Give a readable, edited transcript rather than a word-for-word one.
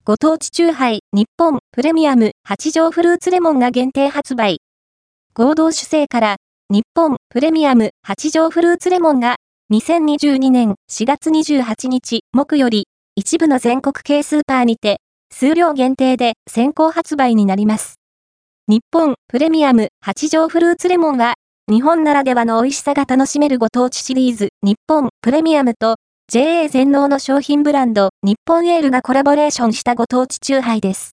ご当地チューハイ、日本プレミアム八条フルーツレモンが限定発売。合同主製から、日本プレミアム八条フルーツレモンが、2022年4月28日木より、一部の全国系スーパーにて、数量限定で先行発売になります。日本プレミアム八条フルーツレモンは、日本ならではの美味しさが楽しめるご当地シリーズ、日本プレミアムと、JA 全農の商品ブランド、日本エールがコラボレーションしたご当地チューハイです。